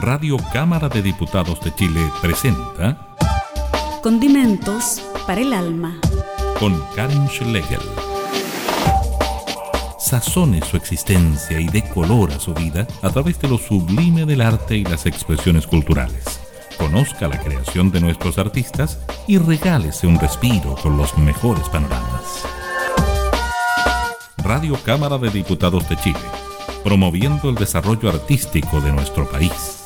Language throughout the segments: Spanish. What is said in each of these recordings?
Radio Cámara de Diputados de Chile presenta Condimentos para el alma, con Karin Schlegel. Sazone su existencia y dé color a su vida a través de lo sublime del arte y las expresiones culturales. Conozca la creación de nuestros artistas y regálese un respiro con los mejores panoramas. Radio Cámara de Diputados de Chile, promoviendo el desarrollo artístico de nuestro país.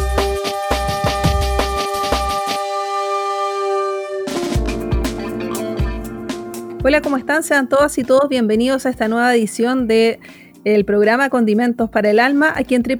Hola, ¿cómo están? Sean todas y todos bienvenidos a esta nueva edición del programa Condimentos para el Alma, aquí en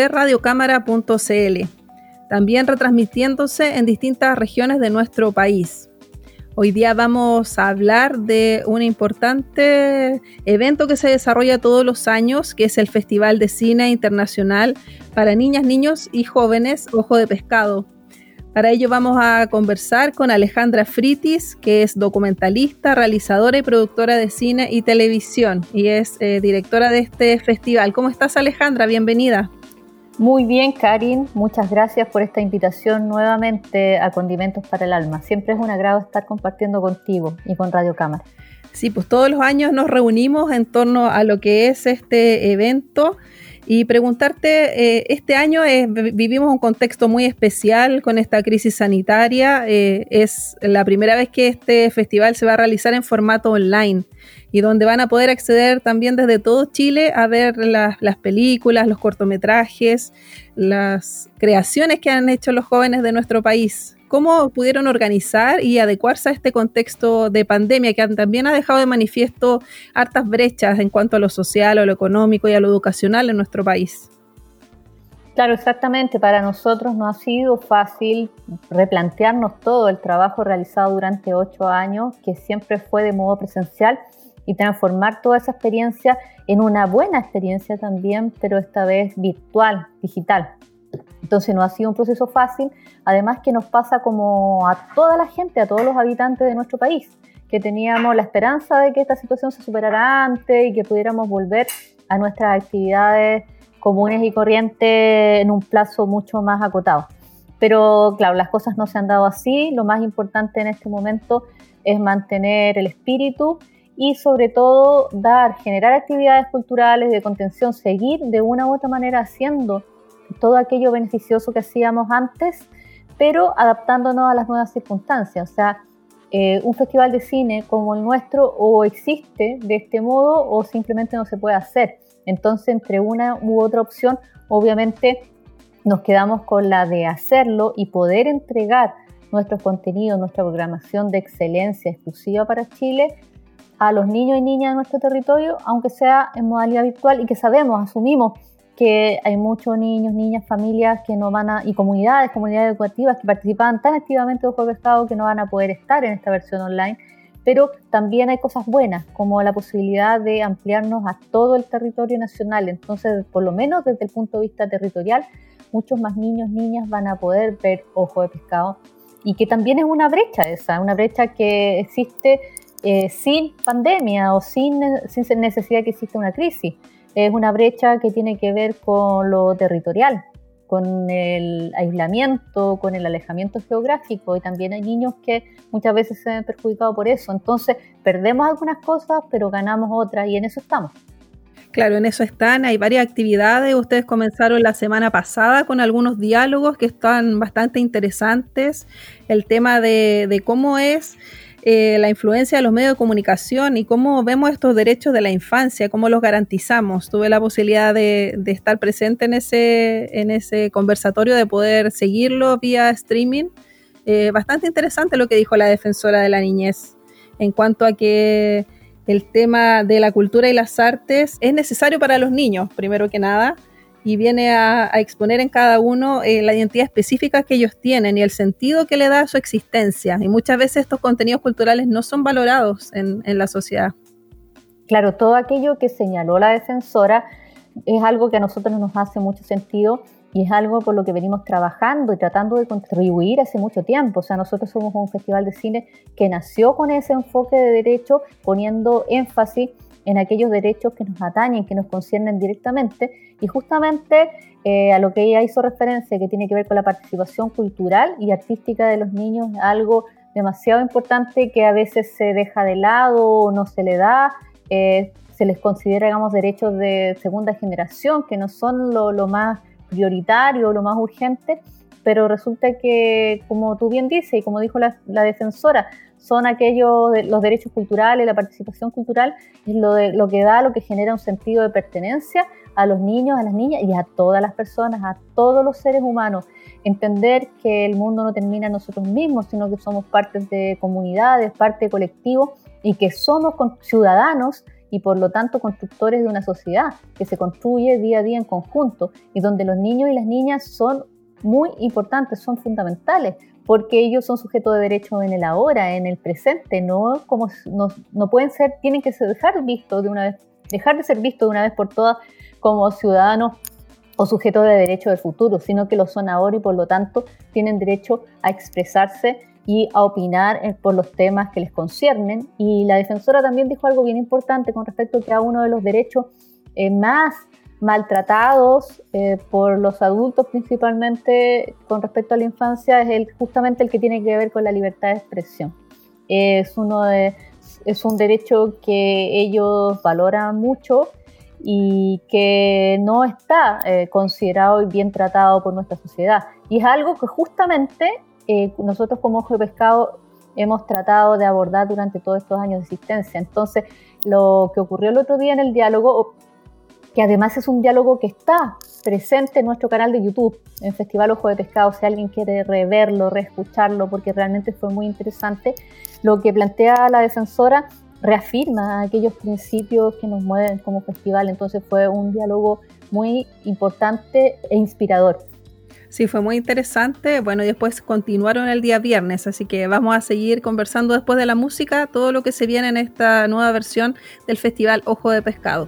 www.radiocámara.cl. También retransmitiéndose en distintas regiones de nuestro país. Hoy día vamos a hablar de un importante evento que se desarrolla todos los años, que es el Festival de Cine Internacional para Niñas, Niños y Jóvenes, Ojo de Pescado. Para ello vamos a conversar con Alejandra Fritis, que es documentalista, realizadora y productora de cine y televisión, y es directora de este festival. ¿Cómo estás, Alejandra? Bienvenida. Muy bien, Karin. Muchas gracias por esta invitación nuevamente a Condimentos para el Alma. Siempre es un agrado estar compartiendo contigo y con Radio Cámara. Sí, pues todos los años nos reunimos en torno a lo que es este evento. Y preguntarte, este año vivimos un contexto muy especial con esta crisis sanitaria. Es la primera vez que este festival se va a realizar en formato online y donde van a poder acceder también desde todo Chile a ver las películas, los cortometrajes, las creaciones que han hecho los jóvenes de nuestro país. ¿Cómo pudieron organizar y adecuarse a este contexto de pandemia que también ha dejado de manifiesto hartas brechas en cuanto a lo social, a lo económico y a lo educacional en nuestro país? Claro, exactamente. Para nosotros no ha sido fácil replantearnos todo el trabajo realizado durante 8 años, que siempre fue de modo presencial, y transformar toda esa experiencia en una buena experiencia también, pero esta vez virtual, digital. Entonces no ha sido un proceso fácil, además que nos pasa como a toda la gente, a todos los habitantes de nuestro país, que teníamos la esperanza de que esta situación se superara antes y que pudiéramos volver a nuestras actividades comunes y corrientes en un plazo mucho más acotado. Pero claro, las cosas no se han dado así. Lo más importante en este momento es mantener el espíritu y sobre todo generar actividades culturales de contención, seguir de una u otra manera haciendo todo aquello beneficioso que hacíamos antes, pero adaptándonos a las nuevas circunstancias. O sea, un festival de cine como el nuestro o existe de este modo o simplemente no se puede hacer. Entonces, entre una u otra opción, obviamente nos quedamos con la de hacerlo y poder entregar nuestros contenidos, nuestra programación de excelencia exclusiva para Chile a los niños y niñas de nuestro territorio, aunque sea en modalidad virtual, y que asumimos que hay muchos niños, niñas, familias que no van y comunidades educativas que participaban tan activamente de Ojo de Pescado que no van a poder estar en esta versión online, pero también hay cosas buenas, como la posibilidad de ampliarnos a todo el territorio nacional. Entonces, por lo menos desde el punto de vista territorial, muchos más niños, niñas van a poder ver Ojo de Pescado, y que también es una brecha una brecha que existe sin pandemia o sin necesidad que exista una crisis. Es una brecha que tiene que ver con lo territorial, con el aislamiento, con el alejamiento geográfico, y también hay niños que muchas veces se ven perjudicados por eso. Entonces perdemos algunas cosas, pero ganamos otras, y en eso estamos. Claro, en eso están, hay varias actividades. Ustedes comenzaron la semana pasada con algunos diálogos que están bastante interesantes. El tema de cómo es la influencia de los medios de comunicación y cómo vemos estos derechos de la infancia, cómo los garantizamos. Tuve la posibilidad de estar presente en ese conversatorio, de poder seguirlo vía streaming. Bastante interesante lo que dijo la defensora de la niñez en cuanto a que el tema de la cultura y las artes es necesario para los niños, primero que nada, y viene a exponer en cada uno la identidad específica que ellos tienen y el sentido que le da a su existencia. Y muchas veces estos contenidos culturales no son valorados en la sociedad. Claro, todo aquello que señaló la defensora es algo que a nosotros nos hace mucho sentido y es algo por lo que venimos trabajando y tratando de contribuir hace mucho tiempo. O sea, nosotros somos un festival de cine que nació con ese enfoque de derecho, poniendo énfasis en aquellos derechos que nos atañen, que nos conciernen directamente, y justamente a lo que ella hizo referencia, que tiene que ver con la participación cultural y artística de los niños, algo demasiado importante que a veces se deja de lado o no se le da, se les considera, digamos, derechos de segunda generación, que no son lo más prioritario, lo más urgente, pero resulta que, como tú bien dices y como dijo la defensora, son aquellos, los derechos culturales, la participación cultural, es lo que da, lo que genera un sentido de pertenencia a los niños, a las niñas y a todas las personas, a todos los seres humanos. Entender que el mundo no termina en nosotros mismos, sino que somos partes de comunidades, parte de colectivos y que somos ciudadanos y por lo tanto constructores de una sociedad que se construye día a día en conjunto y donde los niños y las niñas son muy importantes, son fundamentales, porque ellos son sujetos de derecho en el ahora, en el presente, no pueden ser, tienen que dejar de ser vistos de una vez por todas como ciudadanos o sujetos de derecho del futuro, sino que lo son ahora y por lo tanto tienen derecho a expresarse y a opinar por los temas que les conciernen. Y la defensora también dijo algo bien importante con respecto a que a uno de los derechos más maltratados por los adultos principalmente con respecto a la infancia es justamente el que tiene que ver con la libertad de expresión. Es un derecho que ellos valoran mucho y que no está considerado y bien tratado por nuestra sociedad. Y es algo que justamente nosotros como Ojo de Pescado hemos tratado de abordar durante todos estos años de existencia. Entonces, lo que ocurrió el otro día en el diálogo, que además es un diálogo que está presente en nuestro canal de YouTube, en Festival Ojo de Pescado, si alguien quiere reverlo, reescucharlo, porque realmente fue muy interesante, lo que plantea la defensora reafirma aquellos principios que nos mueven como festival. Entonces fue un diálogo muy importante e inspirador. Sí, fue muy interesante. Bueno, y después continuaron el día viernes, así que vamos a seguir conversando después de la música, todo lo que se viene en esta nueva versión del Festival Ojo de Pescado.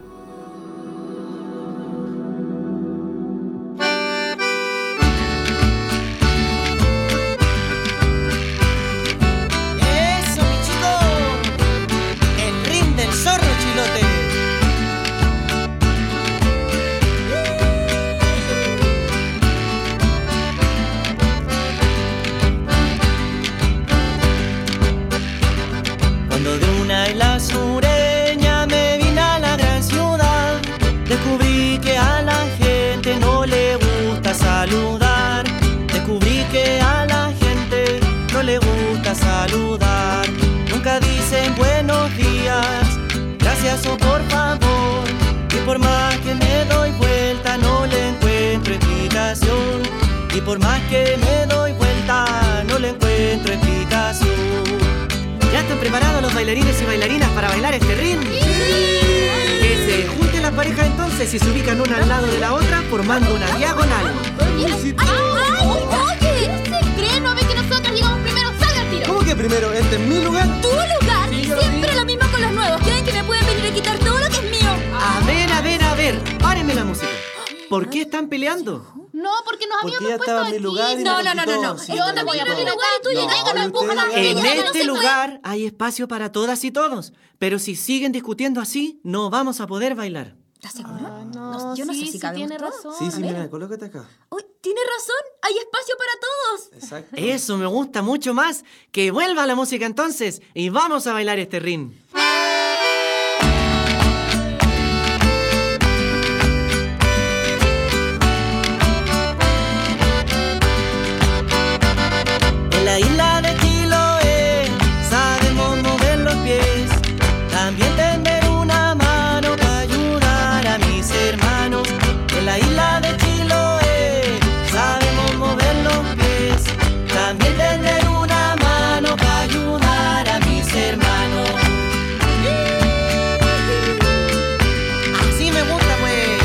Saludar, nunca dicen buenos días, gracias o por favor, y por más que me doy vuelta no le encuentro explicación, y por más que me doy vuelta no le encuentro explicación. ¿Ya están preparados los bailarines y bailarinas para bailar este ritmo? ¡Sí! Que se junten las parejas entonces y se ubican una al lado de la otra formando una diagonal. ¡Ay! ¡Oye! ¿Se creen? ¿No ven que nosotros llegamos primero? ¡Salga al tiro! ¿Cómo que primero? ¿Este es mi lugar? ¿Tu lugar? Sí, siempre lo mismo con los nuevos. ¿Creen que me pueden venir a quitar todo lo que es mío? A ver, párenme la música. ¿Por qué están peleando? No, porque nos habíamos ya puesto estaba en mi lugar y No. Sí, Yo te voy a poner lugar y tú llegas y nos empujan a En este lugar hay espacio para todas y todos. Pero si siguen discutiendo así, no vamos a poder bailar. ¿Estás seguro? Yo no sé si tiene razón. Sí, mira, colócate acá. Tiene razón, hay espacio para todos. Exacto. Eso me gusta mucho más. Que vuelva la música entonces y vamos a bailar este ritmo. En la isla de Chiloé sabemos mover los pies, también tender una mano para ayudar a mis hermanos. En la isla de Chiloé sabemos mover los pies, también tender una mano para ayudar a mis hermanos. Así me gusta, pues.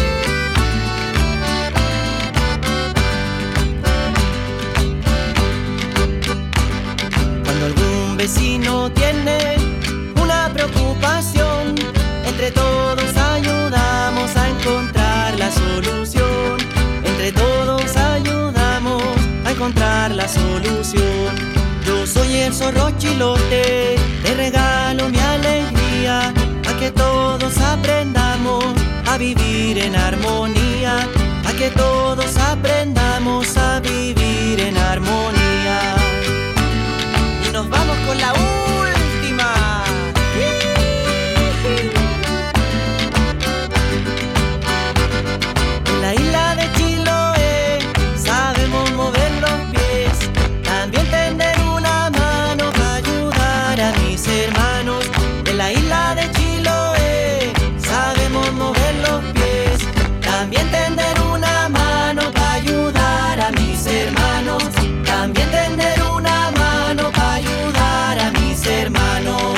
Cuando algún vecino tiene una preocupación, entre todos ayudamos a encontrar la solución. Entre todos ayudamos a encontrar la solución. Yo soy el zorro chilote, te regalo mi alegría, a que que todos aprendamos a vivir en armonía, a que todos aprendamos a vivir en armonía. Y nos vamos con la última. En la isla de Chiloé sabemos mover los pies, también tender una mano para ayudar a mis hermanos. En la isla de Chiloé sabemos mover los pies, también tender una mano para ayudar a mis hermanos, también tender una mano para ayudar a mis hermanos.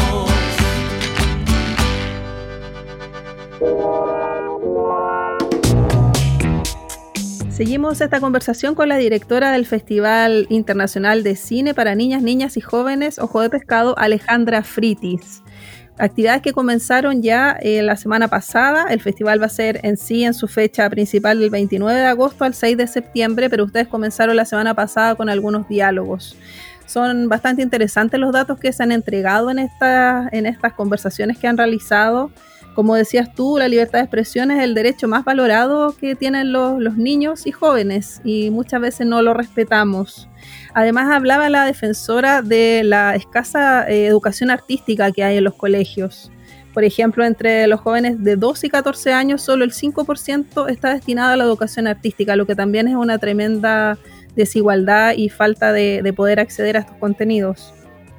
Seguimos esta conversación con la directora del Festival Internacional de Cine para Niñas, Niñas y Jóvenes Ojo de Pescado, Alejandra Fritis. Actividades que comenzaron ya la semana pasada. El festival va a ser en su fecha principal del 29 de agosto al 6 de septiembre, pero ustedes comenzaron la semana pasada con algunos diálogos. Son bastante interesantes los datos que se han entregado en estas conversaciones que han realizado. Como decías tú, la libertad de expresión es el derecho más valorado que tienen los niños y jóvenes y muchas veces no lo respetamos. Además, hablaba la defensora de la escasa educación artística que hay en los colegios. Por ejemplo, entre los jóvenes de 12 y 14 años, solo el 5% está destinado a la educación artística, lo que también es una tremenda desigualdad y falta de poder acceder a estos contenidos.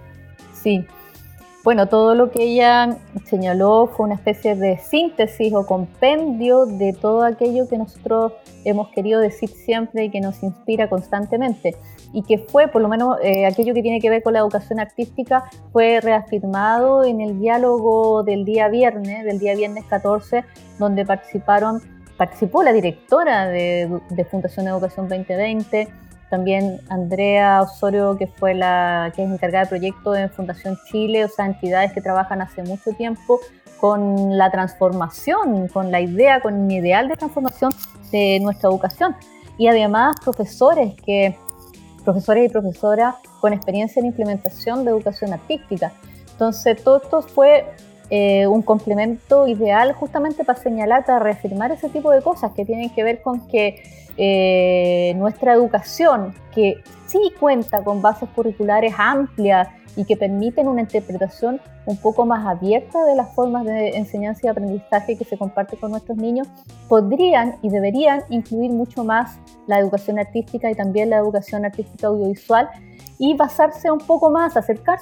Sí. Bueno, todo lo que ella señaló fue una especie de síntesis o compendio de todo aquello que nosotros hemos querido decir siempre y que nos inspira constantemente. Y que fue, por lo menos, aquello que tiene que ver con la educación artística, fue reafirmado en el diálogo del día viernes 14, donde participó la directora de Fundación Educación 2020, también Andrea Osorio, que es encargada de proyectos en Fundación Chile, o sea, entidades que trabajan hace mucho tiempo con la transformación, con un ideal de transformación de nuestra educación. Y además profesores y profesoras con experiencia en implementación de educación artística. Entonces, todo esto fue un complemento ideal justamente para señalar, para reafirmar ese tipo de cosas que tienen que ver con que nuestra educación, que sí cuenta con bases curriculares amplias y que permiten una interpretación un poco más abierta de las formas de enseñanza y aprendizaje que se comparte con nuestros niños, podrían y deberían incluir mucho más la educación artística y también la educación artística audiovisual y acercarse un poco más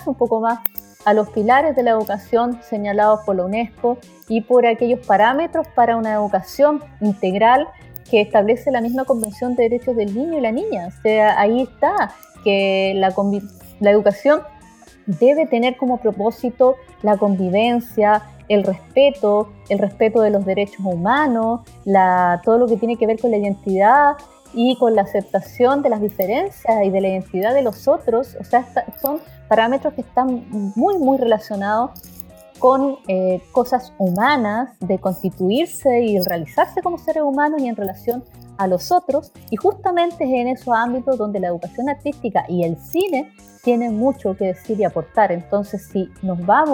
a los pilares de la educación señalados por la UNESCO y por aquellos parámetros para una educación integral que establece la misma Convención de Derechos del Niño y la Niña. O sea, ahí está, que la educación debe tener como propósito la convivencia, el respeto de los derechos humanos, todo lo que tiene que ver con la identidad y con la aceptación de las diferencias y de la identidad de los otros. O sea, son parámetros que están muy, muy relacionados con cosas humanas, de constituirse y realizarse como seres humanos y en relación a los otros, y justamente es en esos ámbitos donde la educación artística y el cine tienen mucho que decir y aportar. Entonces, si nos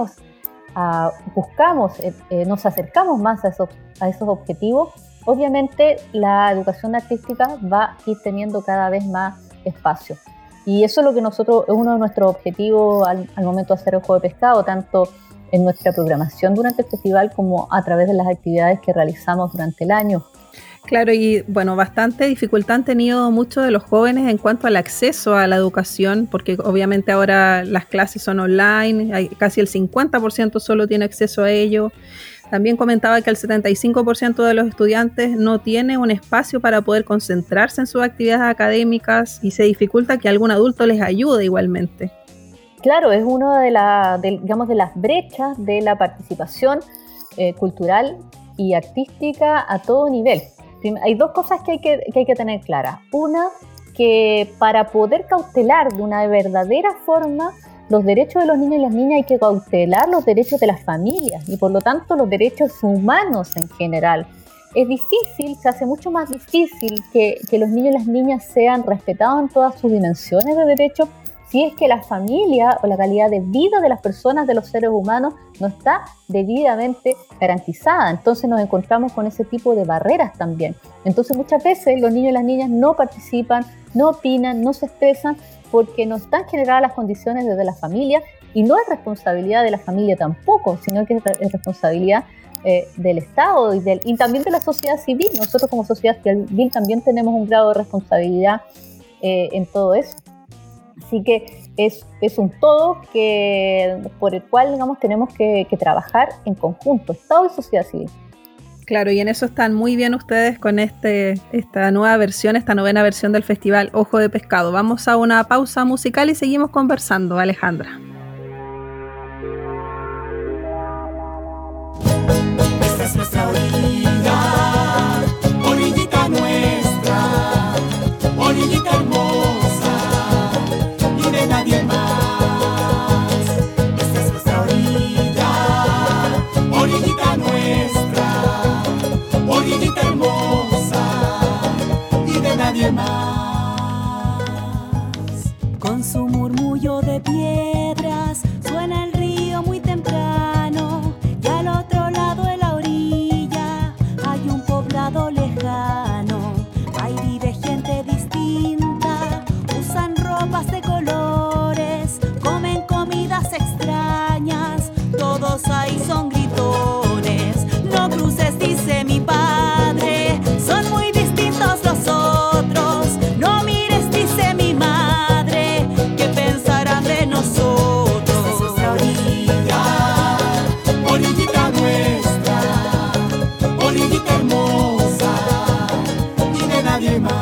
nos acercamos más a esos objetivos, obviamente la educación artística va a ir teniendo cada vez más espacio. Y eso es lo que es uno de nuestros objetivos al momento de hacer Ojo de Pescado, tanto en nuestra programación durante el festival como a través de las actividades que realizamos durante el año. Claro, y bueno, bastante dificultad han tenido muchos de los jóvenes en cuanto al acceso a la educación, porque obviamente ahora las clases son online, casi el 50% solo tiene acceso a ello. También comentaba que el 75% de los estudiantes no tiene un espacio para poder concentrarse en sus actividades académicas y se dificulta que algún adulto les ayude igualmente. Claro, es una de las brechas de la participación cultural y artística a todo nivel. Hay dos cosas que hay que tener claras. Una, que para poder cautelar de una verdadera forma los derechos de los niños y las niñas hay que cautelar los derechos de las familias y por lo tanto los derechos humanos en general. Es difícil, se hace mucho más difícil que los niños y las niñas sean respetados en todas sus dimensiones de derechos si es que la familia o la calidad de vida de las personas, de los seres humanos, no está debidamente garantizada. Entonces nos encontramos con ese tipo de barreras también. Entonces muchas veces los niños y las niñas no participan, no opinan, no se expresan porque no están generadas las condiciones desde la familia, y no es responsabilidad de la familia tampoco, sino que es responsabilidad del Estado y también de la sociedad civil. Nosotros como sociedad civil también tenemos un grado de responsabilidad en todo eso. Así que es un todo por el cual, digamos, tenemos que trabajar en conjunto, Estado y sociedad civil. Claro, y en eso están muy bien ustedes con esta nueva versión, esta novena versión del Festival Ojo de Pescado. Vamos a una pausa musical y seguimos conversando, Alejandra. Esta es nuestra orilla, orillita nuestra, orillita hermosa y de nadie más. Esta es nuestra orilla, orillita nuestra, orillita hermosa y de nadie más. Con su murmullo de piedras suena el río muy temprano, y al otro lado de la orilla hay un poblado lejano. Ahí vive gente distinta, usan ropas de colores, comen comidas extrañas, todos ahí son gritones. No cruces, dice mi padre, son muy distintos los otros. No mires, dice mi madre, ¿qué pensarán de nosotros? Esta es nuestra orilla, orillita nuestra, orillita hermosa y de nadie más.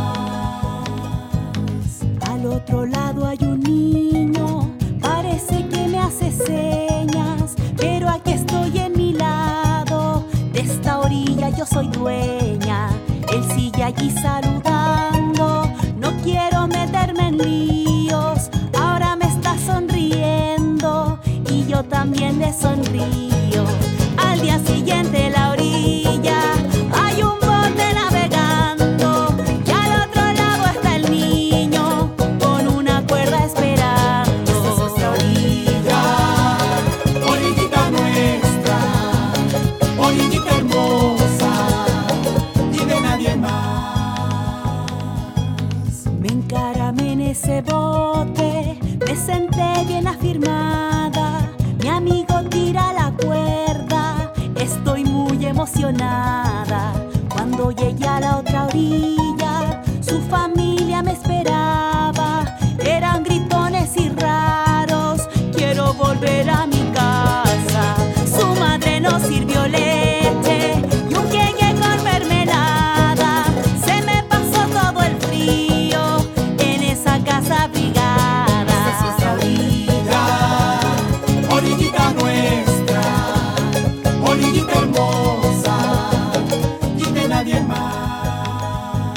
Al otro lado hay un niño, parece que me hace señas, pero aquí estoy en mi lado, de esta orilla yo soy dueña. Él sigue allí saludando, no quiero meterme en líos, ahora me está sonriendo y yo también le sonrío. Al día siguiente en la orilla hay un bote navegando, y al otro lado está el niño con una cuerda esperando. Esta es nuestra orilla, orillita nuestra, orillita hermosa y de nadie más. Me encaramé en ese bote, me senté bien afirmada, mi amigo tira la cuerda, estoy muy emocionada. Cuando llegué a la otra orilla, su familia me esperaba, eran gritones y raros, quiero volver a mi casa. Su madre nos sirvió leche y un queque con mermelada, se me pasó todo el frío en esa casa abrigada. Esta es nuestra orilla, orillita nuestra, orillita hermosa y de nadie más.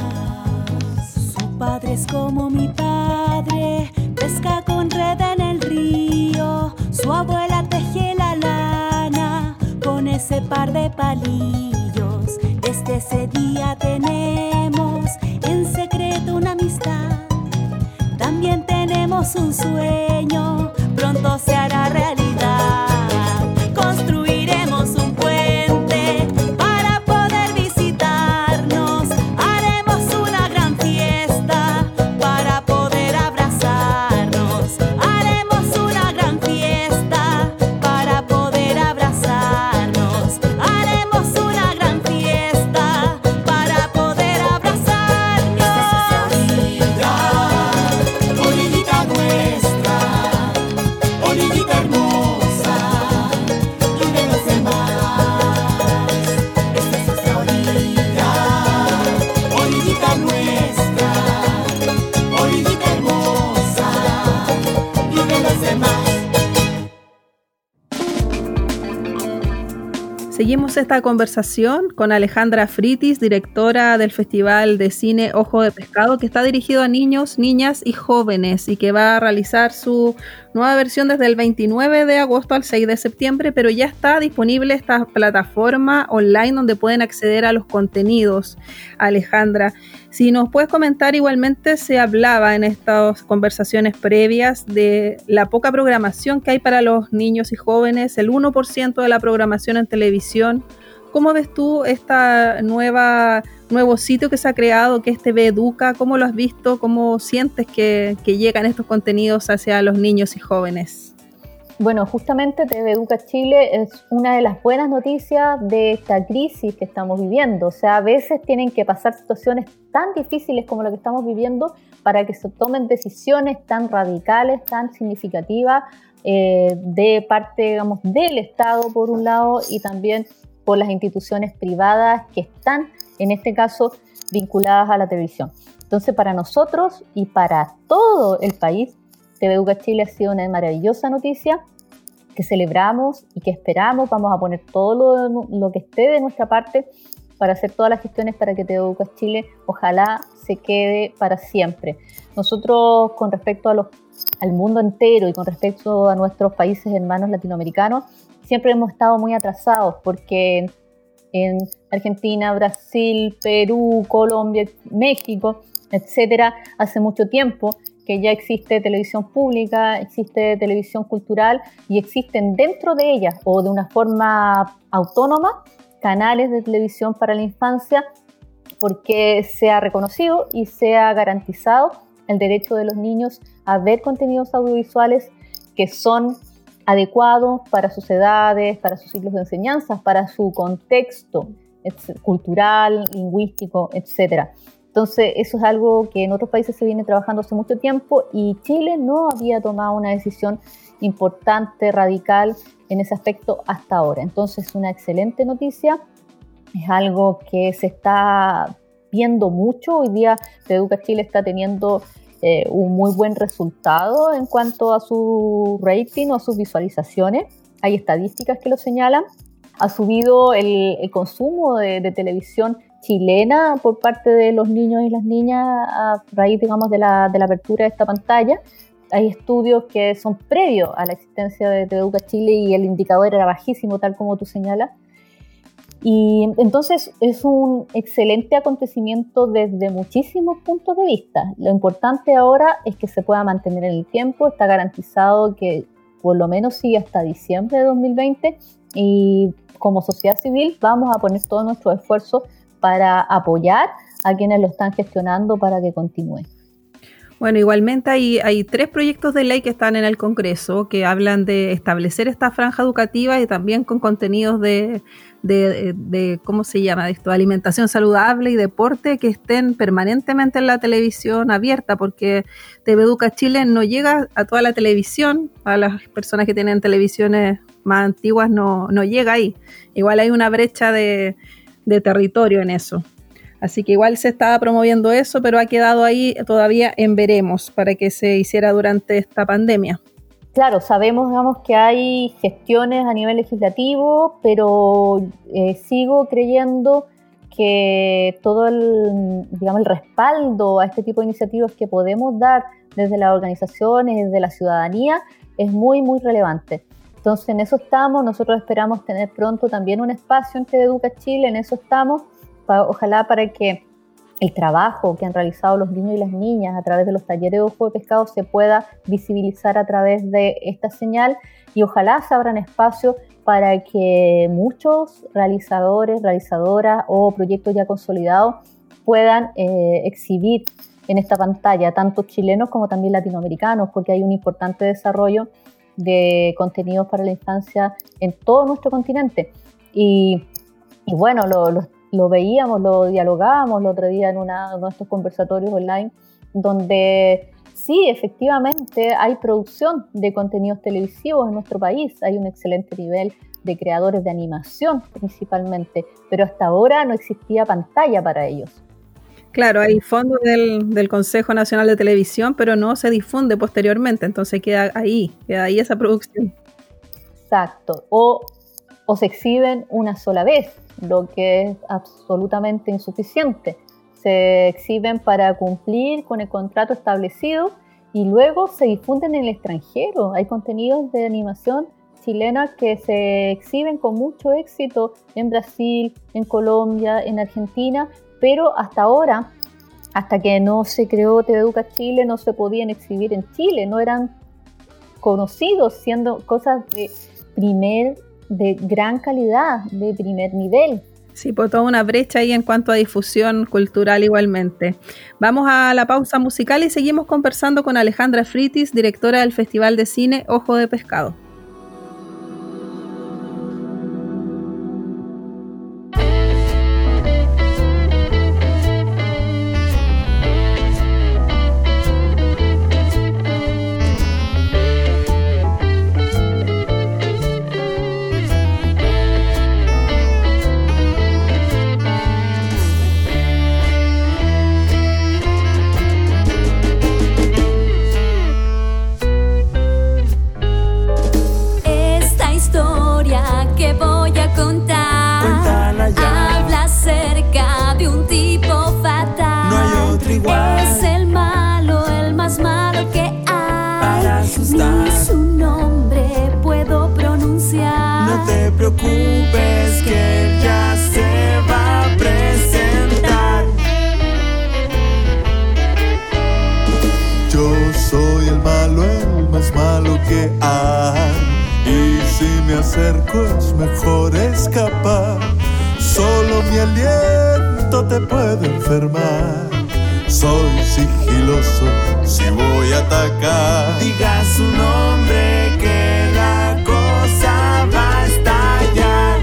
Su padre es como mi padre, pesca con red en el río. Su abuela teje la lana con ese par de palillos. Desde ese día tenemos en secreto una amistad. También tenemos un sueño, pronto se hará realidad. Construiremos un puente para poder visitarnos. Haremos una gran fiesta para poder abrazarnos. Haremos una gran fiesta para poder abrazarnos. Haremos una gran fiesta para poder abrazarnos. Orillita nuestra, orillita hermosa y de los demás. Esta es nuestra orilla, orillita nuestra, orillita hermosa y de los demás. Seguimos esta conversación con Alejandra Fritis, directora del Festival de Cine Ojo de Pescado, que está dirigido a niños, niñas y jóvenes y que va a realizar su nueva versión desde el 29 de agosto al 6 de septiembre, pero ya está disponible esta plataforma online donde pueden acceder a los contenidos. Alejandra, si nos puedes comentar, igualmente se hablaba en estas conversaciones previas de la poca programación que hay para los niños y jóvenes, el 1% de la programación en televisión. ¿Cómo ves tú esta nuevo sitio que se ha creado, que es TV Educa? ¿Cómo lo has visto? ¿Cómo sientes que llegan estos contenidos hacia los niños y jóvenes? Bueno, justamente TV Educa Chile es una de las buenas noticias de esta crisis que estamos viviendo. O sea, a veces tienen que pasar situaciones tan difíciles como la que estamos viviendo para que se tomen decisiones tan radicales, tan significativas de parte, digamos, del Estado por un lado y también por las instituciones privadas que están, en este caso, vinculadas a la televisión. Entonces, para nosotros y para todo el país, TV Educa Chile ha sido una maravillosa noticia que celebramos y que esperamos. Vamos a poner todo lo que esté de nuestra parte para hacer todas las gestiones para que TV Educa Chile ojalá se quede para siempre. Nosotros, con respecto al mundo entero y con respecto a nuestros países hermanos latinoamericanos, siempre hemos estado muy atrasados porque en Argentina, Brasil, Perú, Colombia, México, etcétera, hace mucho tiempo que ya existe televisión pública, existe televisión cultural y existen dentro de ellas o de una forma autónoma canales de televisión para la infancia porque se ha reconocido y se ha garantizado el derecho de los niños a ver contenidos audiovisuales que son adecuados para sus edades, para sus ciclos de enseñanza, para su contexto cultural, lingüístico, etc. Entonces, eso es algo que en otros países se viene trabajando hace mucho tiempo y Chile no había tomado una decisión importante, radical en ese aspecto hasta ahora. Entonces, es una excelente noticia, es algo que se está viendo mucho. Hoy día TV Educa Chile está teniendo un muy buen resultado en cuanto a su rating o a sus visualizaciones. Hay estadísticas que lo señalan. Ha subido el consumo de televisión chilena por parte de los niños y las niñas a raíz, digamos, de la apertura de esta pantalla. Hay estudios que son previos a la existencia de TV Educa Chile y el indicador era bajísimo, tal como tú señalas. Y entonces es un excelente acontecimiento desde muchísimos puntos de vista. Lo importante ahora es que se pueda mantener en el tiempo. Está garantizado que por lo menos sigue hasta diciembre de 2020 y como sociedad civil vamos a poner todo nuestro esfuerzo para apoyar a quienes lo están gestionando para que continúe. Bueno, igualmente hay 3 proyectos de ley que están en el Congreso que hablan de establecer esta franja educativa y también con contenidos de ¿cómo se llama esto? Alimentación saludable y deporte que estén permanentemente en la televisión abierta, porque TV Educa Chile no llega a toda la televisión, a las personas que tienen televisiones más antiguas no llega ahí. Igual hay una brecha de territorio en eso. Así que igual se estaba promoviendo eso, pero ha quedado ahí todavía en veremos para que se hiciera durante esta pandemia. Claro, sabemos, digamos, que hay gestiones a nivel legislativo, pero sigo creyendo que todo el respaldo a este tipo de iniciativas que podemos dar desde las organizaciones, desde la ciudadanía, es muy, muy relevante. Entonces, en eso estamos. Nosotros esperamos tener pronto también un espacio en TV Educa Chile, en eso estamos. Ojalá para que el trabajo que han realizado los niños y las niñas a través de los talleres de Ojo de Pescado se pueda visibilizar a través de esta señal y ojalá se abran espacios para que muchos realizadores, realizadoras o proyectos ya consolidados puedan exhibir en esta pantalla, tanto chilenos como también latinoamericanos, porque hay un importante desarrollo de contenidos para la infancia en todo nuestro continente. Y bueno, lo veíamos, lo dialogábamos el otro día en uno de estos conversatorios online, donde sí, efectivamente hay producción de contenidos televisivos en nuestro país, hay un excelente nivel de creadores de animación principalmente, pero hasta ahora no existía pantalla para ellos. Claro, hay fondos del Consejo Nacional de Televisión, pero no se difunde posteriormente, entonces queda ahí esa producción. Exacto, o se exhiben una sola vez, lo que es absolutamente insuficiente. Se exhiben para cumplir con el contrato establecido y luego se difunden en el extranjero. Hay contenidos de animación chilena que se exhiben con mucho éxito en Brasil, en Colombia, en Argentina, pero hasta ahora, hasta que no se creó TV Educa Chile, no se podían exhibir en Chile, no eran conocidos, siendo cosas de gran calidad, de primer nivel. Sí, pues toda una brecha ahí en cuanto a difusión cultural igualmente. Vamos a la pausa musical y seguimos conversando con Alejandra Fritis, directora del Festival de Cine Ojo de Pescado. Preocupes que ya se va a presentar. Yo soy el más malo que hay, y si me acerco es mejor escapar. Solo mi aliento te puede enfermar. Soy sigiloso si voy a atacar. Diga su nombre que la cosa va a estallar.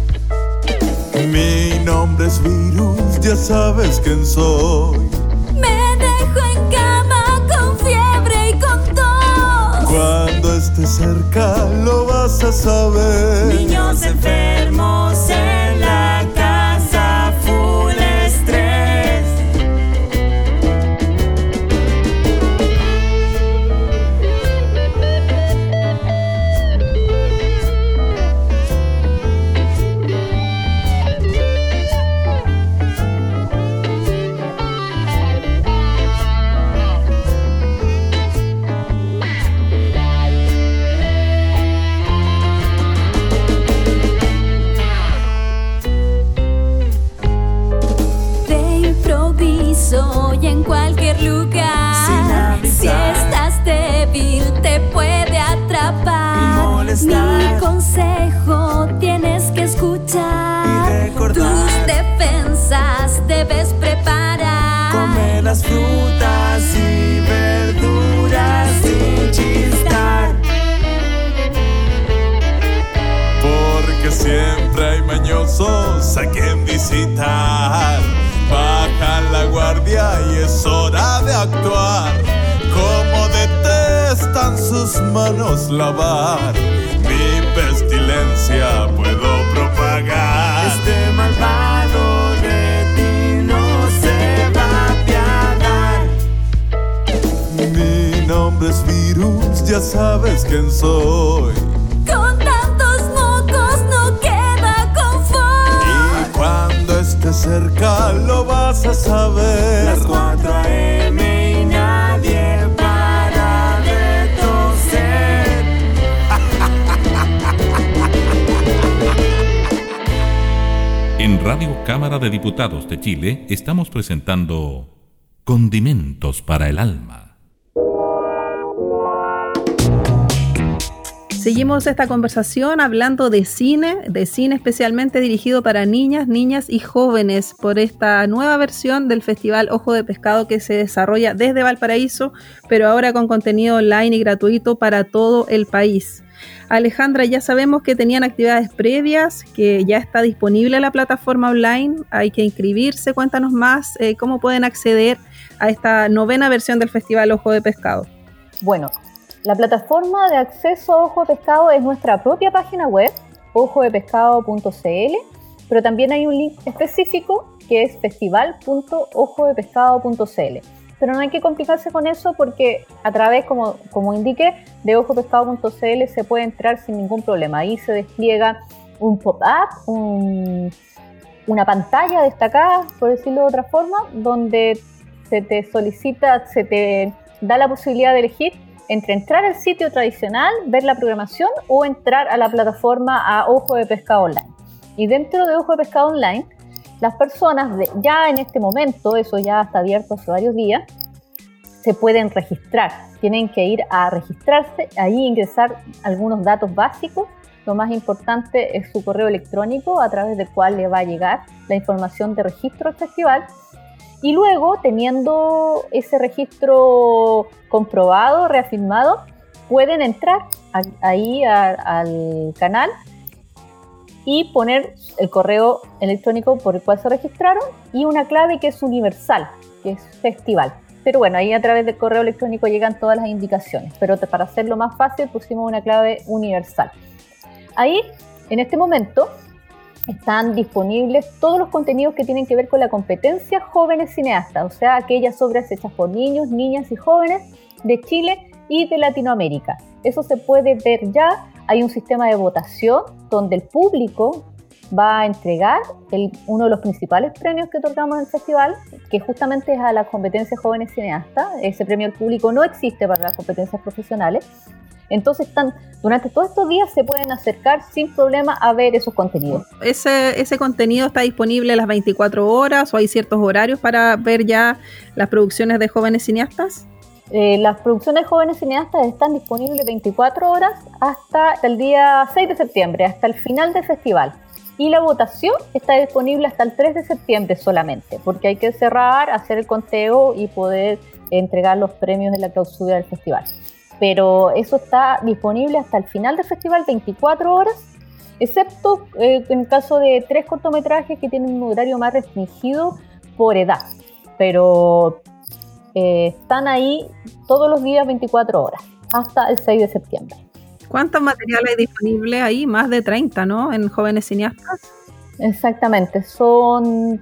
Mi nombre es Virus, ya sabes quién soy. Me dejo en cama con fiebre y con tos. Cuando estés cerca lo vas a saber. Niños enfermos en la casa, full estrés. Y en cualquier lugar, si estás débil te puede atrapar. Mi consejo tienes que escuchar. Tus defensas debes preparar. Come las frutas y verduras sin chistar, porque siempre hay mañosos a quien visitar. Baja la guardia y es hora de actuar. Como detestan sus manos lavar, mi pestilencia puedo propagar. Este malvado de ti no se va a apiadar. Mi nombre es Virus, ya sabes quién soy. Con tantos mocos no queda confort. Y cuando estés cerca lo vas a saber. Las 4 a.m. y nadie para de toser. En Radio Cámara de Diputados de Chile estamos presentando Condimentos para el Alma. Seguimos esta conversación hablando de cine especialmente dirigido para niñas y jóvenes por esta nueva versión del Festival Ojo de Pescado que se desarrolla desde Valparaíso, pero ahora con contenido online y gratuito para todo el país. Alejandra, ya sabemos que tenían actividades previas, que ya está disponible la plataforma online, hay que inscribirse. Cuéntanos más cómo pueden acceder a esta novena versión del Festival Ojo de Pescado. Bueno, la plataforma de acceso a Ojo de Pescado es nuestra propia página web, ojodepescado.cl, pero también hay un link específico que es festival.ojodepescado.cl. Pero no hay que complicarse con eso porque a través, como indiqué, de ojodepescado.cl se puede entrar sin ningún problema. Ahí se despliega un pop-up, una pantalla destacada, por decirlo de otra forma, donde se te solicita, se te da la posibilidad de elegir entre entrar al sitio tradicional, ver la programación o entrar a la plataforma a Ojo de Pescado Online. Y dentro de Ojo de Pescado Online, las personas ya en este momento, eso ya está abierto hace varios días, se pueden registrar. Tienen que ir a registrarse, ahí ingresar algunos datos básicos. Lo más importante es su correo electrónico a través del cual le va a llegar la información de registro al festival. Y luego, teniendo ese registro comprobado, reafirmado, pueden entrar ahí al canal y poner el correo electrónico por el cual se registraron y una clave que es universal, que es festival. Pero bueno, ahí a través del correo electrónico llegan todas las indicaciones, pero para hacerlo más fácil pusimos una clave universal. Ahí, en este momento, están disponibles todos los contenidos que tienen que ver con la competencia Jóvenes Cineastas, o sea, aquellas obras hechas por niños, niñas y jóvenes de Chile y de Latinoamérica. Eso se puede ver ya. Hay un sistema de votación donde el público va a entregar uno de los principales premios que otorgamos en el festival, que justamente es a las competencias Jóvenes Cineastas. Ese premio al público no existe para las competencias profesionales. Entonces durante todos estos días se pueden acercar sin problema a ver esos contenidos. ¿Ese contenido está disponible las 24 horas o hay ciertos horarios para ver ya las producciones de jóvenes cineastas? Las producciones de jóvenes cineastas están disponibles 24 horas hasta el día 6 de septiembre, hasta el final del festival. Y la votación está disponible hasta el 3 de septiembre solamente, porque hay que cerrar, hacer el conteo y poder entregar los premios en la clausura del festival. Pero eso está disponible hasta el final del festival, 24 horas, excepto en el caso de 3 cortometrajes que tienen un horario más restringido por edad. Pero están ahí todos los días 24 horas, hasta el 6 de septiembre. ¿Cuántos materiales hay disponibles ahí? Más de 30, ¿no? En Jóvenes Cineastas. Exactamente, son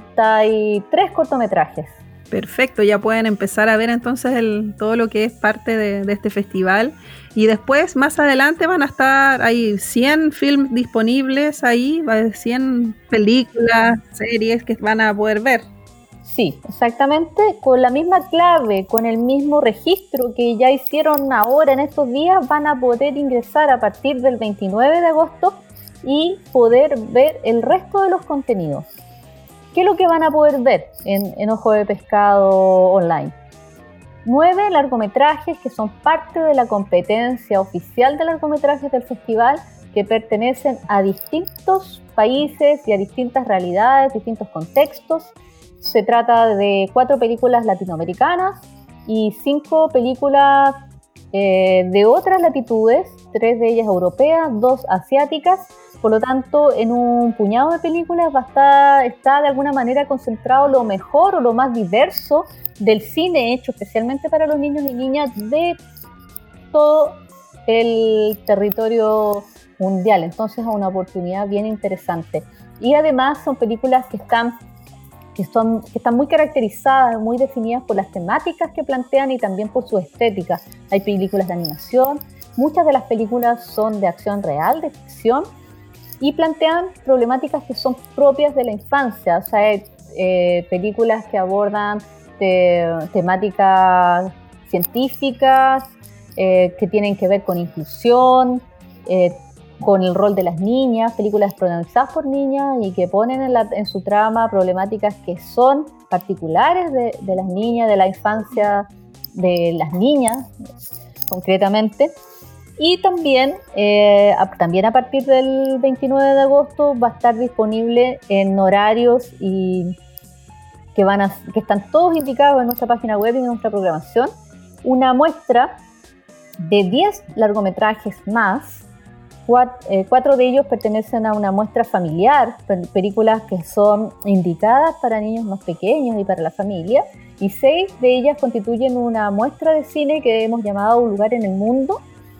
33 cortometrajes. Perfecto, ya pueden empezar a ver entonces todo lo que es parte de este festival. Y después, más adelante, van a estar, hay 100 films disponibles ahí, 100 películas, series que van a poder ver. Sí, exactamente, con la misma clave, con el mismo registro que ya hicieron ahora en estos días, van a poder ingresar a partir del 29 de agosto y poder ver el resto de los contenidos. ¿Qué es lo que van a poder ver en Ojo de Pescado Online? 9 largometrajes que son parte de la competencia oficial de largometrajes del festival, que pertenecen a distintos países y a distintas realidades, distintos contextos. Se trata de 4 películas latinoamericanas y 5 películas de otras latitudes, 3 de ellas europeas, 2 asiáticas. Por lo tanto, en un puñado de películas está de alguna manera concentrado lo mejor o lo más diverso del cine hecho especialmente para los niños y niñas de todo el territorio mundial. Entonces es una oportunidad bien interesante. Y además son películas que están muy caracterizadas, muy definidas por las temáticas que plantean y también por su estética. Hay películas de animación, muchas de las películas son de acción real, de ficción, y plantean problemáticas que son propias de la infancia. O sea, hay películas que abordan temáticas científicas, que tienen que ver con inclusión, con el rol de las niñas, películas protagonizadas por niñas y que ponen en su trama problemáticas que son particulares de las niñas, de la infancia de las niñas concretamente. Y también a partir del 29 de agosto va a estar disponible en horarios y que están todos indicados en nuestra página web y en nuestra programación, una muestra de 10 largometrajes más. 4 de ellos pertenecen a una muestra familiar, películas que son indicadas para niños más pequeños y para la familia, y 6 de ellas constituyen una muestra de cine que hemos llamado Un lugar en el mundo,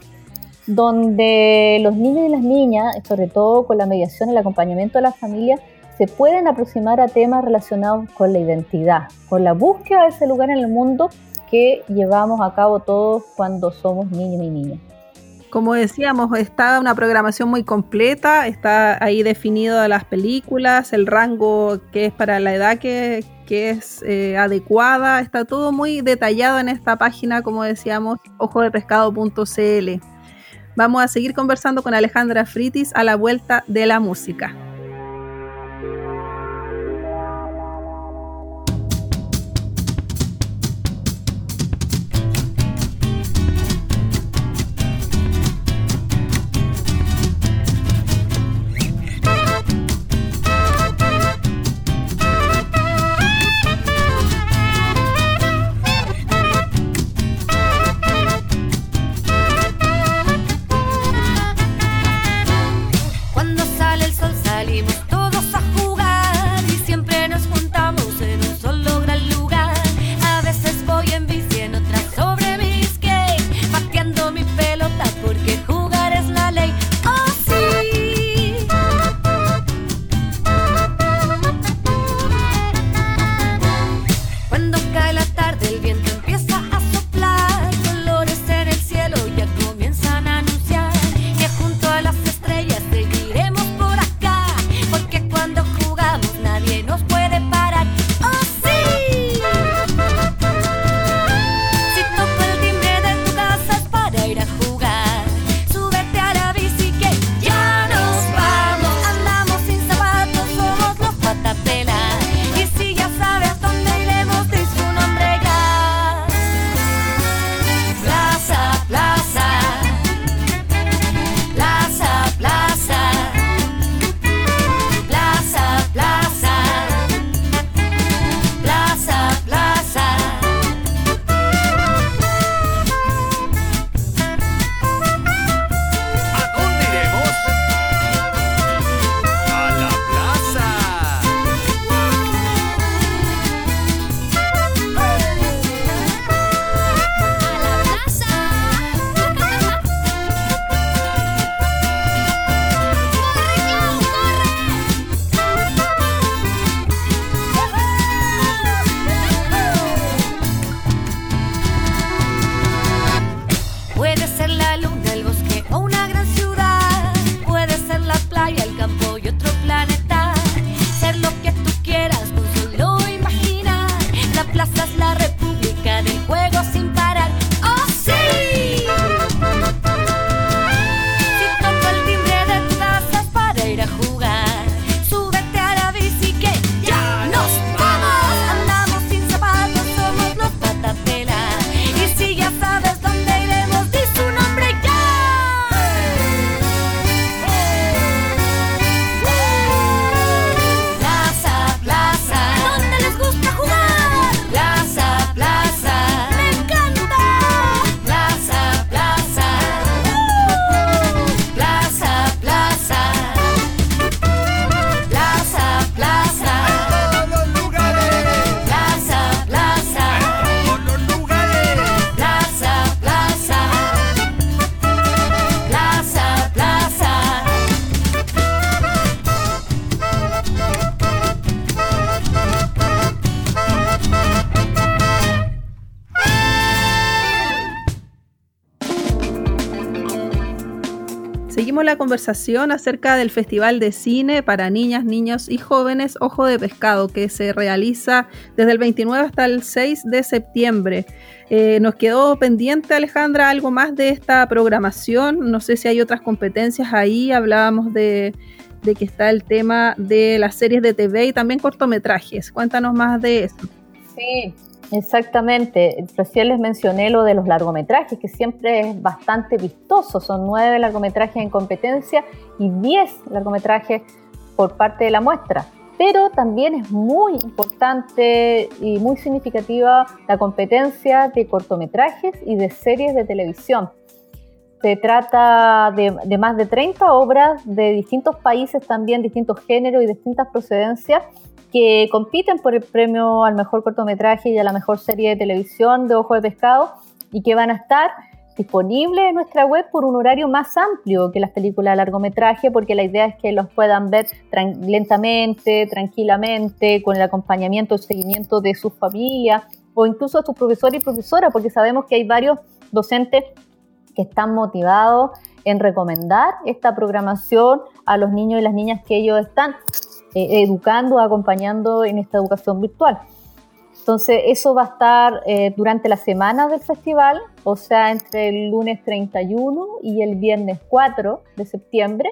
donde los niños y las niñas, sobre todo con la mediación y el acompañamiento de la familia, se pueden aproximar a temas relacionados con la identidad, con la búsqueda de ese lugar en el mundo que llevamos a cabo todos cuando somos niños y niñas. Como decíamos, está una programación muy completa, está ahí definido las películas, el rango que es para la edad que es adecuada, está todo muy detallado en esta página, como decíamos, ojodepescado.cl. Vamos a seguir conversando con Alejandra Fritis a la vuelta de la música. Seguimos la conversación acerca del Festival de Cine para Niñas, Niños y Jóvenes Ojo de Pescado, que se realiza desde el 29 hasta el 6 de septiembre. Nos quedó pendiente, Alejandra, algo más de esta programación. No sé si hay otras competencias ahí. Hablábamos de que está el tema de las series de TV y también cortometrajes. Cuéntanos más de eso. Sí, exactamente. Recién les mencioné lo de los largometrajes, que siempre es bastante vistoso. Son 9 largometrajes en competencia y 10 largometrajes por parte de la muestra. Pero también es muy importante y muy significativa la competencia de cortometrajes y de series de televisión. Se trata de más de 30 obras de distintos países, también distintos géneros y distintas procedencias, que compiten por el premio al mejor cortometraje y a la mejor serie de televisión de Ojo de Pescado, y que van a estar disponibles en nuestra web por un horario más amplio que las películas de largometraje, porque la idea es que los puedan ver lentamente, tranquilamente, con el acompañamiento, el seguimiento de su familia o incluso de sus profesores y profesoras, porque sabemos que hay varios docentes que están motivados en recomendar esta programación a los niños y las niñas que ellos están educando, acompañando en esta educación virtual. Entonces, eso va a estar durante la semana del festival, o sea, entre el lunes 31 y el viernes 4 de septiembre.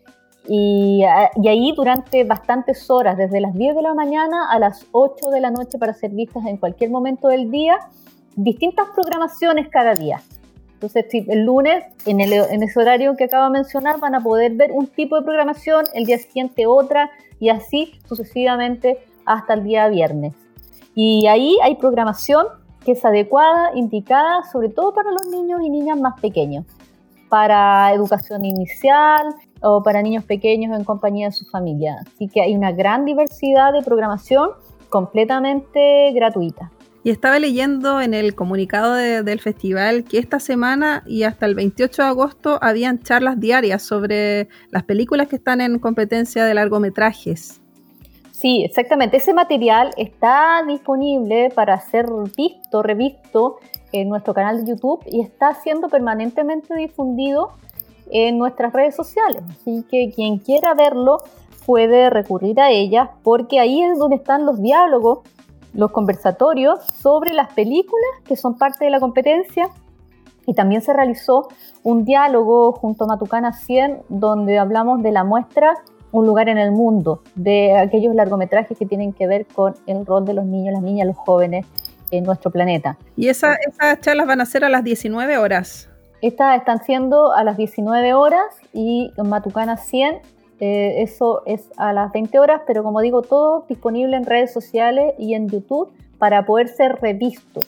Y ahí durante bastantes horas, desde las 10 de la mañana a las 8 de la noche, para ser vistas en cualquier momento del día, distintas programaciones cada día. Entonces, el lunes, en ese horario que acabo de mencionar, van a poder ver un tipo de programación, el día siguiente otra, y así sucesivamente hasta el día viernes. Y ahí hay programación que es adecuada, indicada, sobre todo para los niños y niñas más pequeños, para educación inicial o para niños pequeños en compañía de su familia. Así que hay una gran diversidad de programación completamente gratuita. Y estaba leyendo en el comunicado del festival que esta semana y hasta el 28 de agosto habían charlas diarias sobre las películas que están en competencia de largometrajes. Sí, exactamente. Ese material está disponible para ser visto, revisto en nuestro canal de YouTube y está siendo permanentemente difundido en nuestras redes sociales. Así que quien quiera verlo puede recurrir a ellas, porque ahí es donde están los diálogos, los conversatorios sobre las películas que son parte de la competencia. Y también se realizó un diálogo junto a Matucana 100 donde hablamos de la muestra Un lugar en el mundo, de aquellos largometrajes que tienen que ver con el rol de los niños, las niñas, los jóvenes en nuestro planeta. ¿Y esas charlas van a ser a las 19 horas? Estas están siendo a las 19 horas y en Matucana 100 eso es a las 20 horas, pero como digo, todo disponible en redes sociales y en YouTube para poder ser revisto.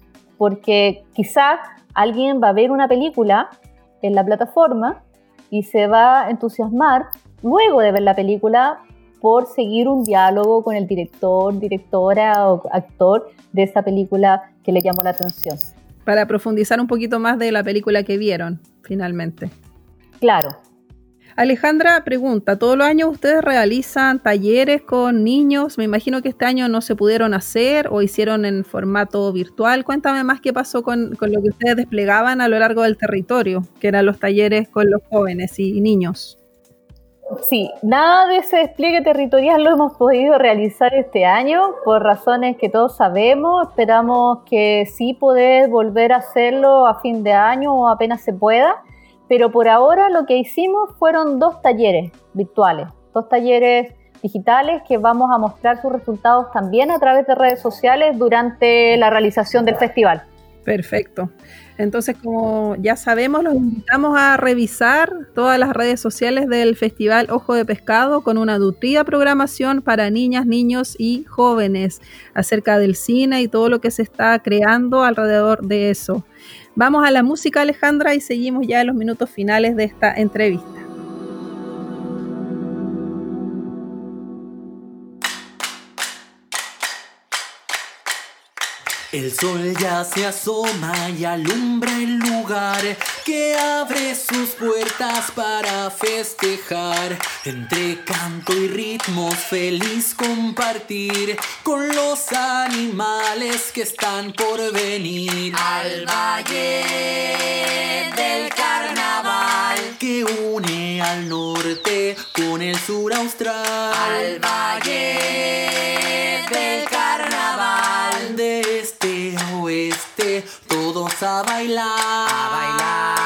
Porque quizás alguien va a ver una película en la plataforma y se va a entusiasmar luego de ver la película por seguir un diálogo con el director, directora o actor de esa película que le llamó la atención. Para profundizar un poquito más de la película que vieron, finalmente. Claro. Alejandra pregunta, ¿todos los años ustedes realizan talleres con niños? Me imagino que este año no se pudieron hacer o hicieron en formato virtual. Cuéntame más qué pasó con lo que ustedes desplegaban a lo largo del territorio, que eran los talleres con los jóvenes y niños. Sí, nada de ese despliegue territorial lo hemos podido realizar este año por razones que todos sabemos. Esperamos que sí poder volver a hacerlo a fin de año o apenas se pueda. Pero por ahora lo que hicimos fueron 2 talleres virtuales, 2 talleres digitales que vamos a mostrar sus resultados también a través de redes sociales durante la realización del festival. Perfecto. Entonces, como ya sabemos, los invitamos a revisar todas las redes sociales del Festival Ojo de Pescado con una nutrida programación para niñas, niños y jóvenes acerca del cine y todo lo que se está creando alrededor de eso. Vamos a la música, Alejandra, y seguimos ya en los minutos finales de esta entrevista. El sol ya se asoma y alumbra el lugar que abre sus puertas para festejar. Entre canto y ritmos feliz compartir con los animales que están por venir. Al Valle del Carnaval que une al norte con el sur austral. Al Valle del Carnaval de este a oeste, todos a bailar, a bailar,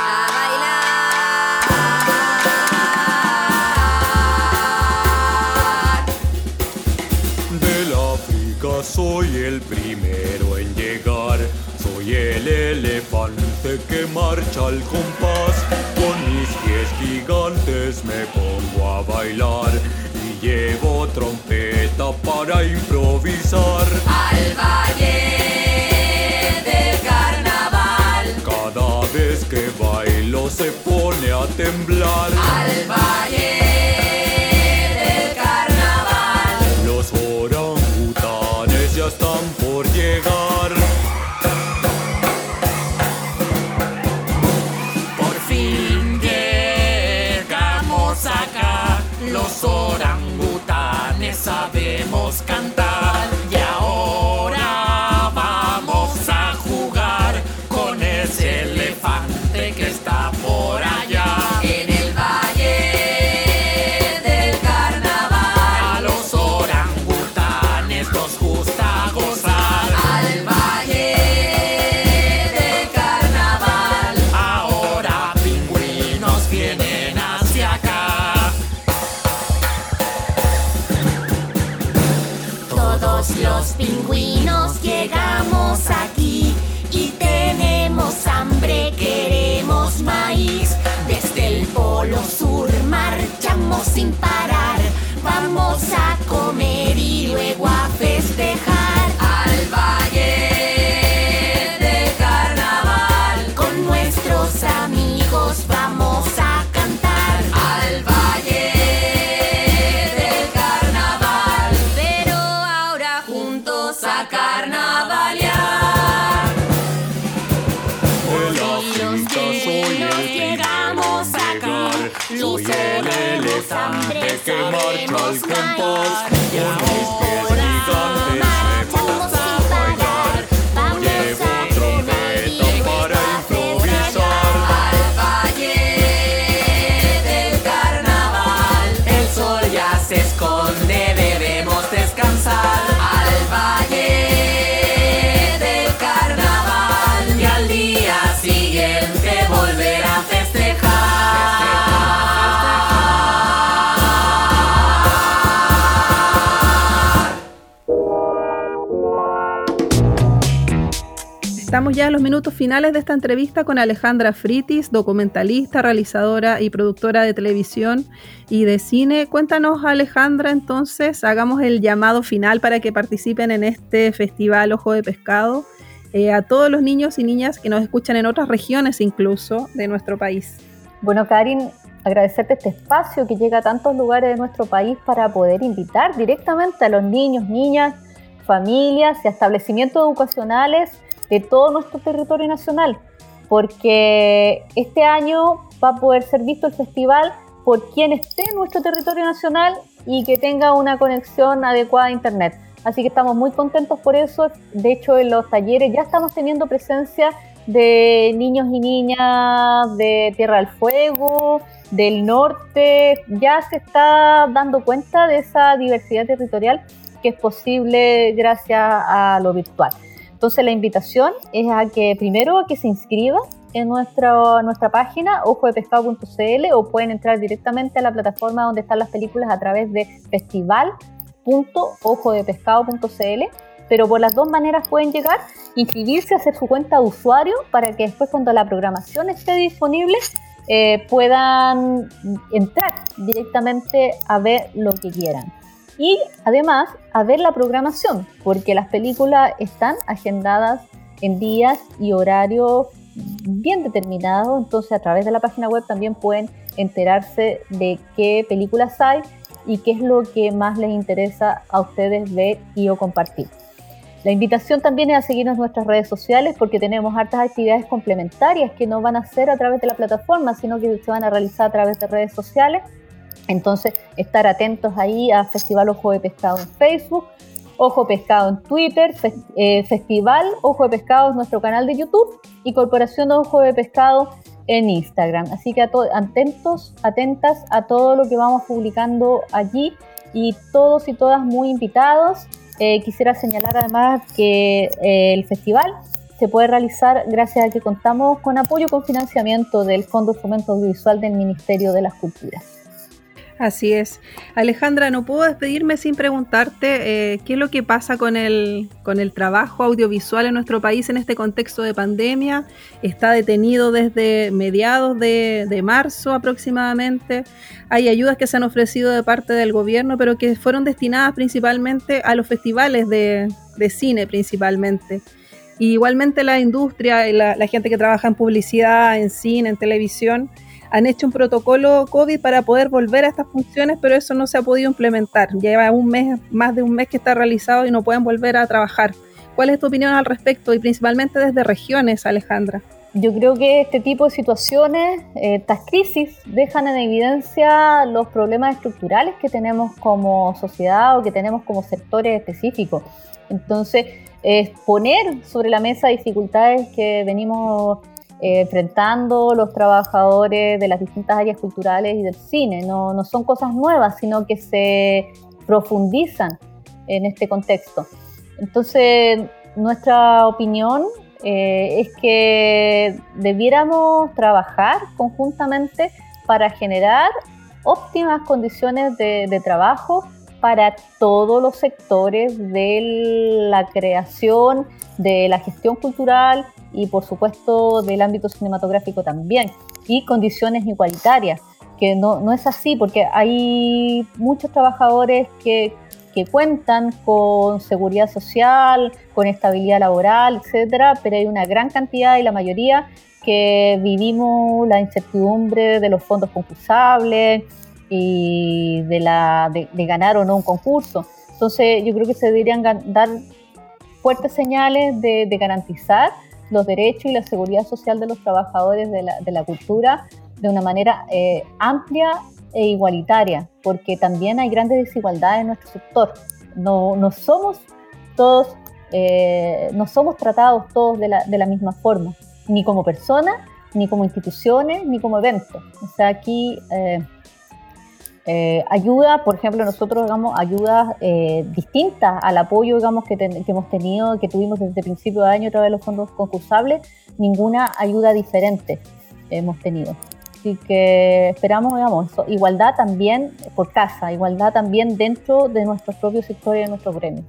a bailar. Del África soy el primero en llegar, soy el elefante que marcha al compás. Con mis pies gigantes me pongo a bailar y llevo trompeta para improvisar. Al Valle del Carnaval, cada vez que bailo se pone a temblar. al Valle del Carnaval, Los orangutanes ya están por llegar. por fin llegamos acá. Los orangutanes sabemos cantar y ahora vamos a jugar con ese elefante que está sin parar. Vamos a comer y luego a festejar. Al Valle del Carnaval, con nuestros amigos vamos a cantar. Al Valle del Carnaval, pero ahora juntos a carnavalear. Soy el elefante que marcha al compás, con mis pies gigantes me gusta bailar. Llevo trompeta para improvisar. Al Valle del Carnaval, el sol ya se esconde, debemos descansar. Al Valle del Carnaval, y al día siguiente volver a festejar. Estamos ya en los minutos finales de esta entrevista con Alejandra Fritis, documentalista, realizadora y productora de televisión y de cine. Cuéntanos, Alejandra, entonces, hagamos el llamado final para que participen en este festival Ojo de Pescado a todos los niños y niñas que nos escuchan en otras regiones incluso de nuestro país. Bueno, Karin, agradecerte este espacio que llega a tantos lugares de nuestro país para poder invitar directamente a los niños, niñas, familias y establecimientos educacionales de todo nuestro territorio nacional, porque este año va a poder ser visto el festival por quien esté en nuestro territorio nacional y que tenga una conexión adecuada a internet. Así que estamos muy contentos por eso. De hecho, en los talleres ya estamos teniendo presencia de niños y niñas de Tierra del Fuego, del norte. Ya se está dando cuenta de esa diversidad territorial que es posible gracias a lo virtual. Entonces la invitación es a que primero que se inscriba en nuestra página ojodepescado.cl, o pueden entrar directamente a la plataforma donde están las películas a través de festival.ojodepescado.cl, pero por las dos maneras pueden llegar, inscribirse, hacer su cuenta de usuario para que después, cuando la programación esté disponible, puedan entrar directamente a ver lo que quieran. Y además a ver la programación, porque las películas están agendadas en días y horarios bien determinados. Entonces, a través de la página web también pueden enterarse de qué películas hay y qué es lo que más les interesa a ustedes ver y o compartir. La invitación también es a seguirnos en nuestras redes sociales, porque tenemos hartas actividades complementarias que no van a ser a través de la plataforma, sino que se van a realizar a través de redes sociales. Entonces, estar atentos ahí a Festival Ojo de Pescado en Facebook, Ojo Pescado en Twitter, Festival Ojo de Pescado es nuestro canal de YouTube y Corporación Ojo de Pescado en Instagram. Así que atentas a todo lo que vamos publicando allí, y todos y todas muy invitados. Quisiera señalar además que el festival se puede realizar gracias a que contamos con apoyo con financiamiento del Fondo de Fomento Audiovisual del Ministerio de las Culturas. Así es. Alejandra, no puedo despedirme sin preguntarte qué es lo que pasa con el trabajo audiovisual en nuestro país en este contexto de pandemia. Está detenido desde mediados de marzo aproximadamente. Hay ayudas que se han ofrecido de parte del gobierno, pero que fueron destinadas principalmente a los festivales de cine principalmente. Y igualmente la industria y la gente que trabaja en publicidad, en cine, en televisión, han hecho un protocolo COVID para poder volver a estas funciones, pero eso no se ha podido implementar. Lleva más de un mes que está realizado y no pueden volver a trabajar. ¿Cuál es tu opinión al respecto? Y principalmente desde regiones, Alejandra. Yo creo que este tipo de situaciones, estas crisis, dejan en evidencia los problemas estructurales que tenemos como sociedad o que tenemos como sectores específicos. Entonces, poner sobre la mesa dificultades que venimos enfrentando los trabajadores de las distintas áreas culturales y del cine. No son cosas nuevas, sino que se profundizan en este contexto. Entonces, nuestra opinión es que debiéramos trabajar conjuntamente para generar óptimas condiciones de trabajo para todos los sectores de la creación, de la gestión cultural y por supuesto del ámbito cinematográfico también, y condiciones igualitarias. que no es así, porque hay muchos trabajadores que cuentan con seguridad social, con estabilidad laboral, etcétera, pero hay una gran cantidad y la mayoría que vivimos la incertidumbre de los fondos concursables y de ganar o no un concurso. Entonces yo creo que se deberían dar fuertes señales de garantizar los derechos y la seguridad social de los trabajadores de la cultura de una manera amplia e igualitaria, porque también hay grandes desigualdades en nuestro sector. No somos tratados todos de la misma forma, ni como personas, ni como instituciones, ni como eventos. O sea, aquí ayuda, por ejemplo, nosotros damos ayudas distintas al apoyo, digamos, que hemos tenido, que tuvimos desde el principio de año a través de los fondos concursables, ninguna ayuda diferente hemos tenido. Así que esperamos, digamos, igualdad también por casa, igualdad también dentro de nuestros propios sectores y de nuestros gremios.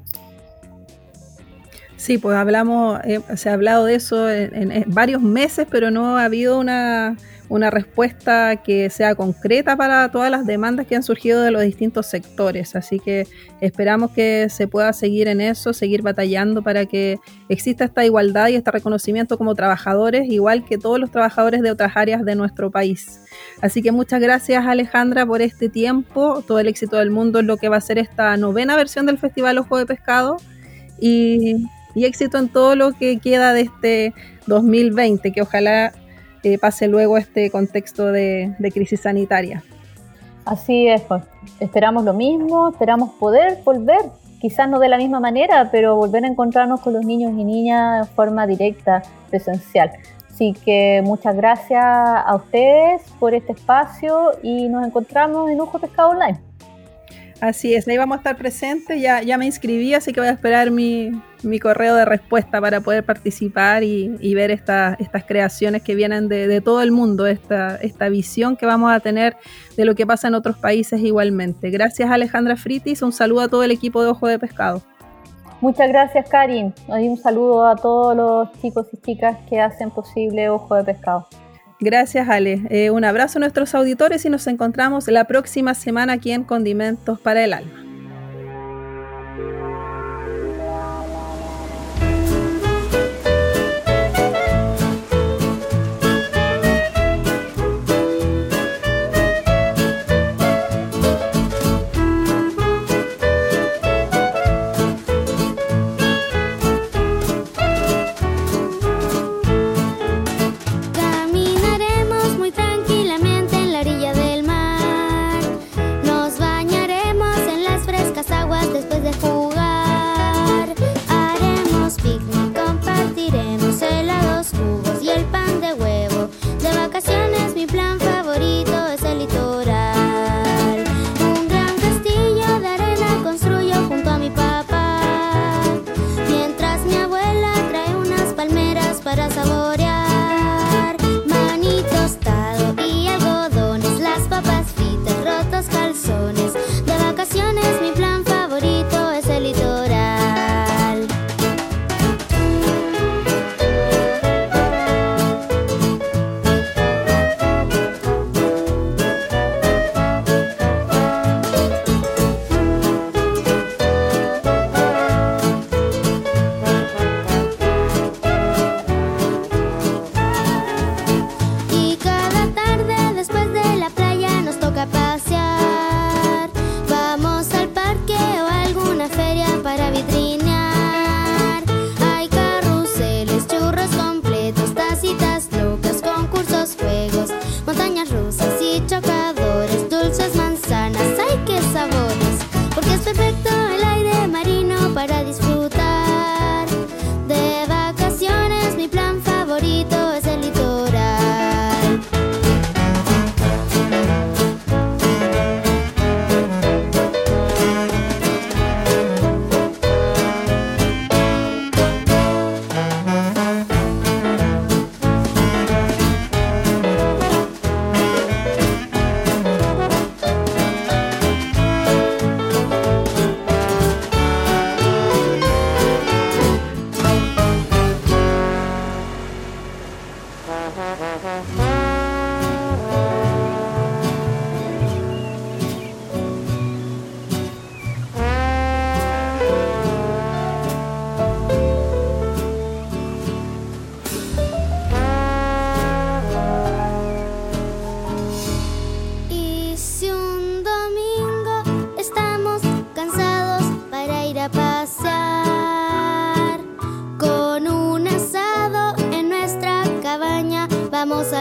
Sí, pues se ha hablado de eso en varios meses, pero no ha habido una respuesta que sea concreta para todas las demandas que han surgido de los distintos sectores. Así que esperamos que se pueda seguir en eso, seguir batallando para que exista esta igualdad y este reconocimiento como trabajadores, igual que todos los trabajadores de otras áreas de nuestro país. Así que muchas gracias, Alejandra, por este tiempo. Todo el éxito del mundo en lo que va a ser esta 9ª versión del Festival Ojo de Pescado. Y éxito en todo lo que queda de este 2020, que ojalá pase luego este contexto de crisis sanitaria. Así es, pues esperamos lo mismo, esperamos poder volver, quizás no de la misma manera, pero volver a encontrarnos con los niños y niñas de forma directa, presencial. Así que muchas gracias a ustedes por este espacio y nos encontramos en Ojo de Pescado Online. Así es, ahí vamos a estar presentes, ya me inscribí, así que voy a esperar mi correo de respuesta para poder participar y ver estas creaciones que vienen de todo el mundo, esta visión que vamos a tener de lo que pasa en otros países igualmente. Gracias, Alejandra Fritis, un saludo a todo el equipo de Ojo de Pescado. Muchas gracias, Karin, y un saludo a todos los chicos y chicas que hacen posible Ojo de Pescado. Gracias, Ale. Un abrazo a nuestros auditores y nos encontramos la próxima semana aquí en Condimentos para el Alma. Tranquilamente en la orilla del mar, nos bañaremos en las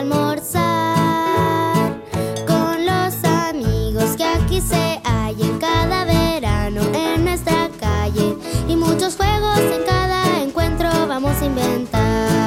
almorzar con los amigos que aquí se hallen cada verano en nuestra calle, y muchos juegos en cada encuentro vamos a inventar.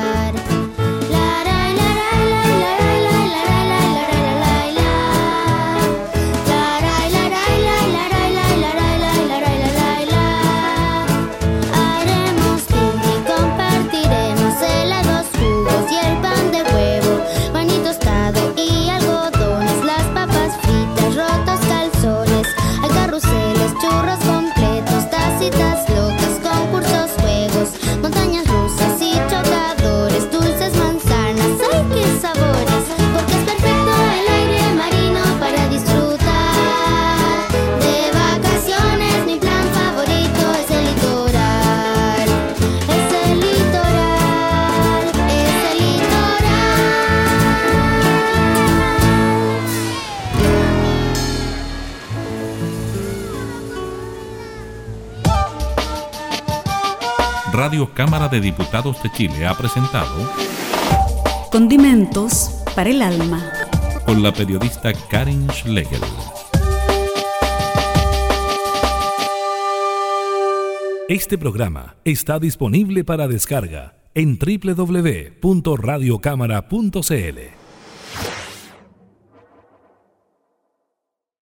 Radio Cámara de Diputados de Chile ha presentado Condimentos para el alma, con la periodista Karin Schlegel. Este programa está disponible para descarga en www.radiocámara.cl.